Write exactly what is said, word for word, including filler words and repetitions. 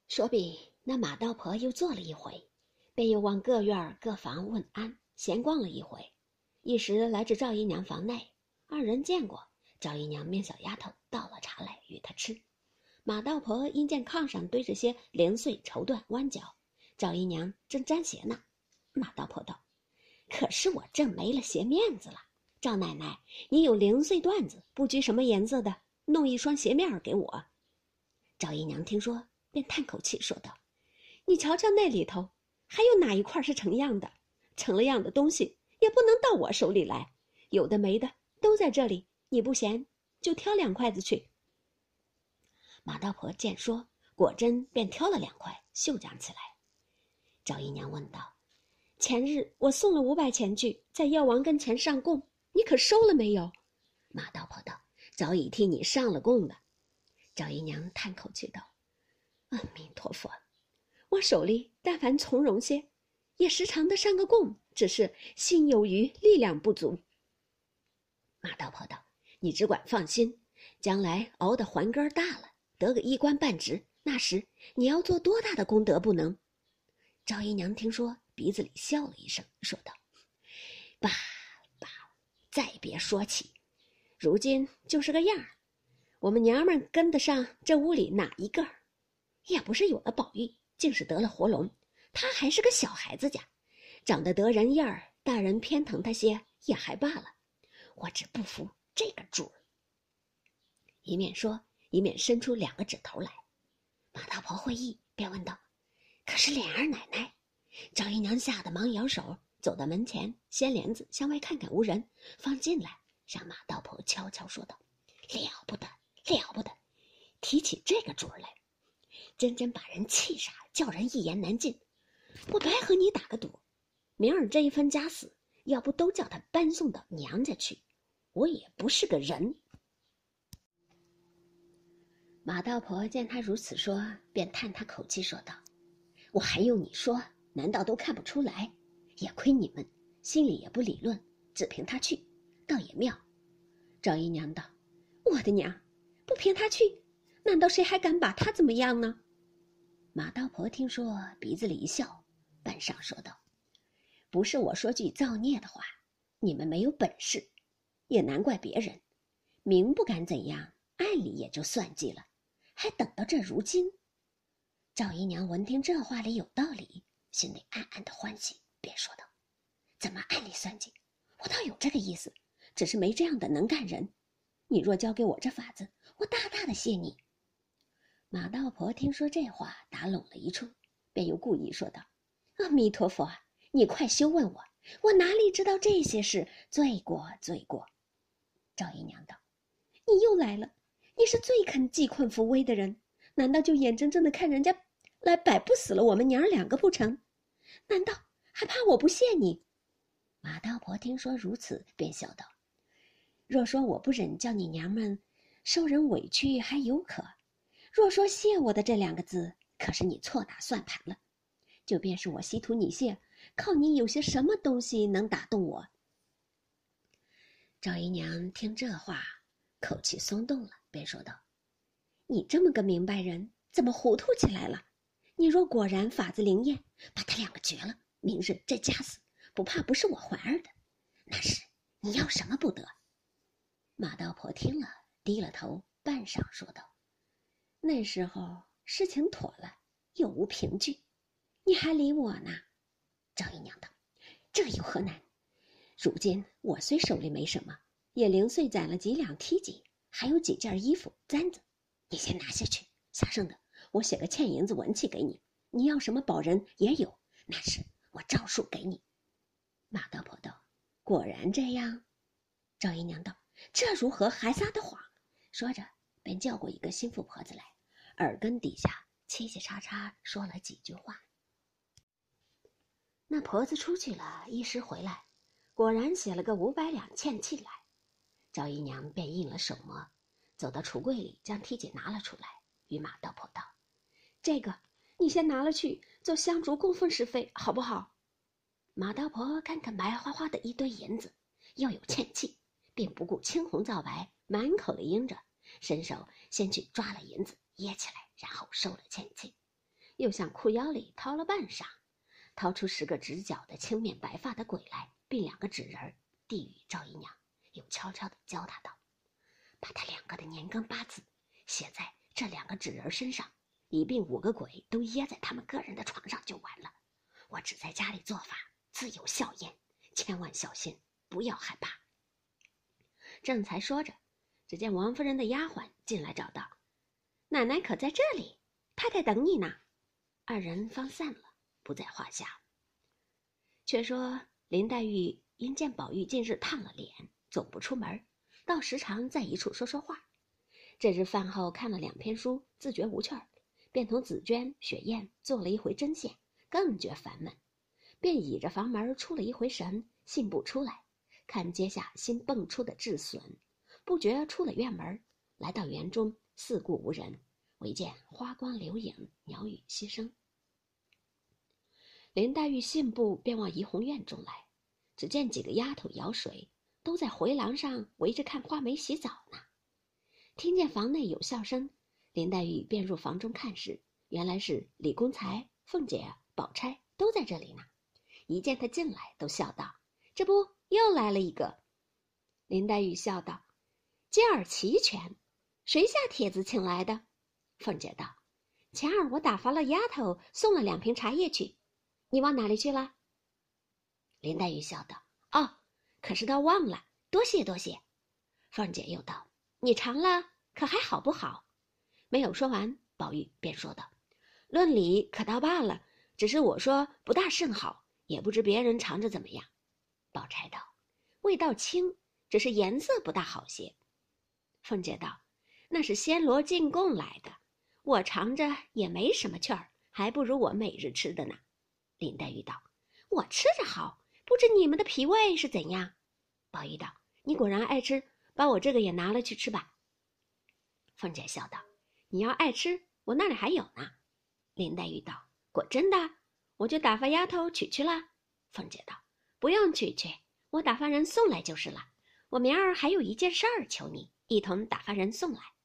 说毕，那马道婆又坐了一回，便又往各院各房问安，闲逛了一回。一时来至赵姨娘房内，二人见过，赵姨娘命小丫头倒了茶来与她吃。马道婆因见炕上堆着些零碎绸缎弯角，赵姨娘正沾鞋呢。马道婆道：“可是我正没了鞋面子了，赵奶奶，你有零碎缎子，不拘什么颜色的，弄一双鞋面给我。”赵姨娘听说，便叹口气说道：“你瞧瞧那里头，还有哪一块是成样的？成了样的东西也不能到我手里来，有的没的都在这里，你不嫌就挑两筷子去。”马道婆见说，果真便挑了两块，绣讲起来。赵姨娘问道：“前日我送了五百钱去，在药王跟前上供，你可收了没有？”马道婆道：“早已替你上了供了。”赵姨娘叹口气道：“阿弥陀佛，我手里但凡从容些，也时常的上个供，只是心有余，力量不足。”马道婆道：“你只管放心，将来熬得环根大了，得个一官半职，那时你要做多大的功德不能？”赵姨娘听说，鼻子里笑了一声，说道：“罢罢，再别说起，如今就是个样儿。我们娘们跟得上这屋里哪一个？也不是有了宝玉，竟是得了活龙。他还是个小孩子家，长得得人样儿，大人偏疼他些也还罢了。我只不服这个主儿。”一面说，一面伸出两个指头来。马大婆会意，便问道：“可是琏儿奶奶？”赵姨娘吓得忙摇手，走到门前，掀帘子向外看看无人，方进来，向马道婆悄悄说道：“了不得，了不得！提起这个主儿来，真真把人气傻，叫人一言难尽。我白和你打个赌，明儿这一分家死，要不都叫他搬送到娘家去，我也不是个人。”马道婆见他如此说，便叹他口气说道：“我还用你说，难道都看不出来？也亏你们心里也不理论，只凭他去，倒也妙。”赵姨娘道：“我的娘，不凭他去，难道谁还敢把他怎么样呢？”马道婆听说，鼻子里一笑，半晌说道：“不是我说句造孽的话，你们没有本事，也难怪别人，明不敢怎样，暗里也就算计了，还等到这如今。”赵姨娘闻听这话里有道理，心里暗暗的欢喜，便说道：“怎么暗里算计？我倒有这个意思，只是没这样的能干人。你若教给我这法子，我大大的谢你。”马道婆听说这话，打拢了一处，便又故意说道：“阿弥陀佛，你快休问我，我哪里知道这些事，罪过罪过。”赵姨娘道：“你又来了，你是最肯济困扶危的人，难道就眼睁睁的看人家来摆布死了我们娘儿两个不成？难道还怕我不谢你？”马道婆听说如此，便笑道：“若说我不忍叫你娘们受人委屈还有可，若说谢我的这两个字，可是你错打算盘了。就便是我稀图你谢，靠你有些什么东西能打动我？”赵姨娘听这话，口气松动了，便说道：“你这么个明白人，怎么糊涂起来了？你若果然法子灵验，把他两个绝了，明日这家死，不怕不是我环儿的，那是你要什么不得？”马道婆听了，低了头，半晌说道：“那时候事情妥了，又无凭据，你还理我呢？”赵姨娘道：“这有何难？如今我虽手里没什么，也零碎攒了几两梯级，还有几件衣服簪子，你先拿下去，下剩的我写个欠银子文契给你，你要什么保人也有，那时我照数给你。”马道婆道：“果然这样？”赵姨娘道：“这如何还撒得谎？”说着便叫过一个心腹婆子来，耳根底下嘁嘁喳喳说了几句话。那婆子出去了，一时回来，果然写了个五百两欠契来。赵姨娘便印了手模，走到橱柜里，将梯级拿了出来，与马道婆道：“这个你先拿了去做香烛供奉使费，好不好？”马道婆看看白花花的一堆银子，又有欠契，并不顾青红皂白，满口的应着，伸手先去抓了银子掖起来，然后收了欠契。 又向裤腰里掏了半晌，掏出十个直角的青面白发的鬼来，并两个纸人递与赵姨娘，又悄悄地教她道：“把他两个的年庚八字写在这两个纸人身上，一并五个鬼都掖在他们个人的床上就完了。我只在家里做法，自有效验，千万小心，不要害怕。”正才说着，只见王夫人的丫鬟进来找道：“奶奶可在这里？太太等你呢。”二人方散了，不在话下。却说林黛玉因见宝玉近日烫了脸，总不出门，倒时常在一处说说话。这日饭后看了两篇书，自觉无趣儿，便同紫娟、雪雁做了一回针线，更觉烦闷，便倚着房门出了一回神，信步出来，看阶下新蹦出的雉笋，不觉出了院门，来到园中，四顾无人，唯见花光流影，鸟语息声。林黛玉信步便往怡红院中来，只见几个丫头舀水，都在回廊上围着看花梅洗澡呢。听见房内有笑声，林黛玉便入房中看时，原来是李公才、凤姐、宝钗都在这里呢。一见她进来，都笑道：“这不又来了一个。”林黛玉笑道：“今儿齐全，谁下帖子请来的？”凤姐道：“前儿我打发了丫头送了两瓶茶叶去，你往哪里去了？”林黛玉笑道：“哦，可是倒忘了，多谢多谢。”凤姐又道：“你尝了，可还好不好？”没有说完，宝玉便说道：“论理可倒罢了，只是我说不大甚好，也不知别人尝着怎么样。”宝钗道：“味道轻，只是颜色不大好些。”凤姐道：“那是暹罗进贡来的，我尝着也没什么趣儿，还不如我每日吃的呢。”林黛玉道：“我吃着好，不知你们的脾胃是怎样？”宝玉道：“你果然爱吃，把我这个也拿了去吃吧。”凤姐笑道：“你要爱吃，我那里还有呢。”林黛玉道：“果真的？我就打发丫头取去了。”凤姐道：“不用取去，我打发人送来就是了。我明儿还有一件事儿求你，一同打发人送来。”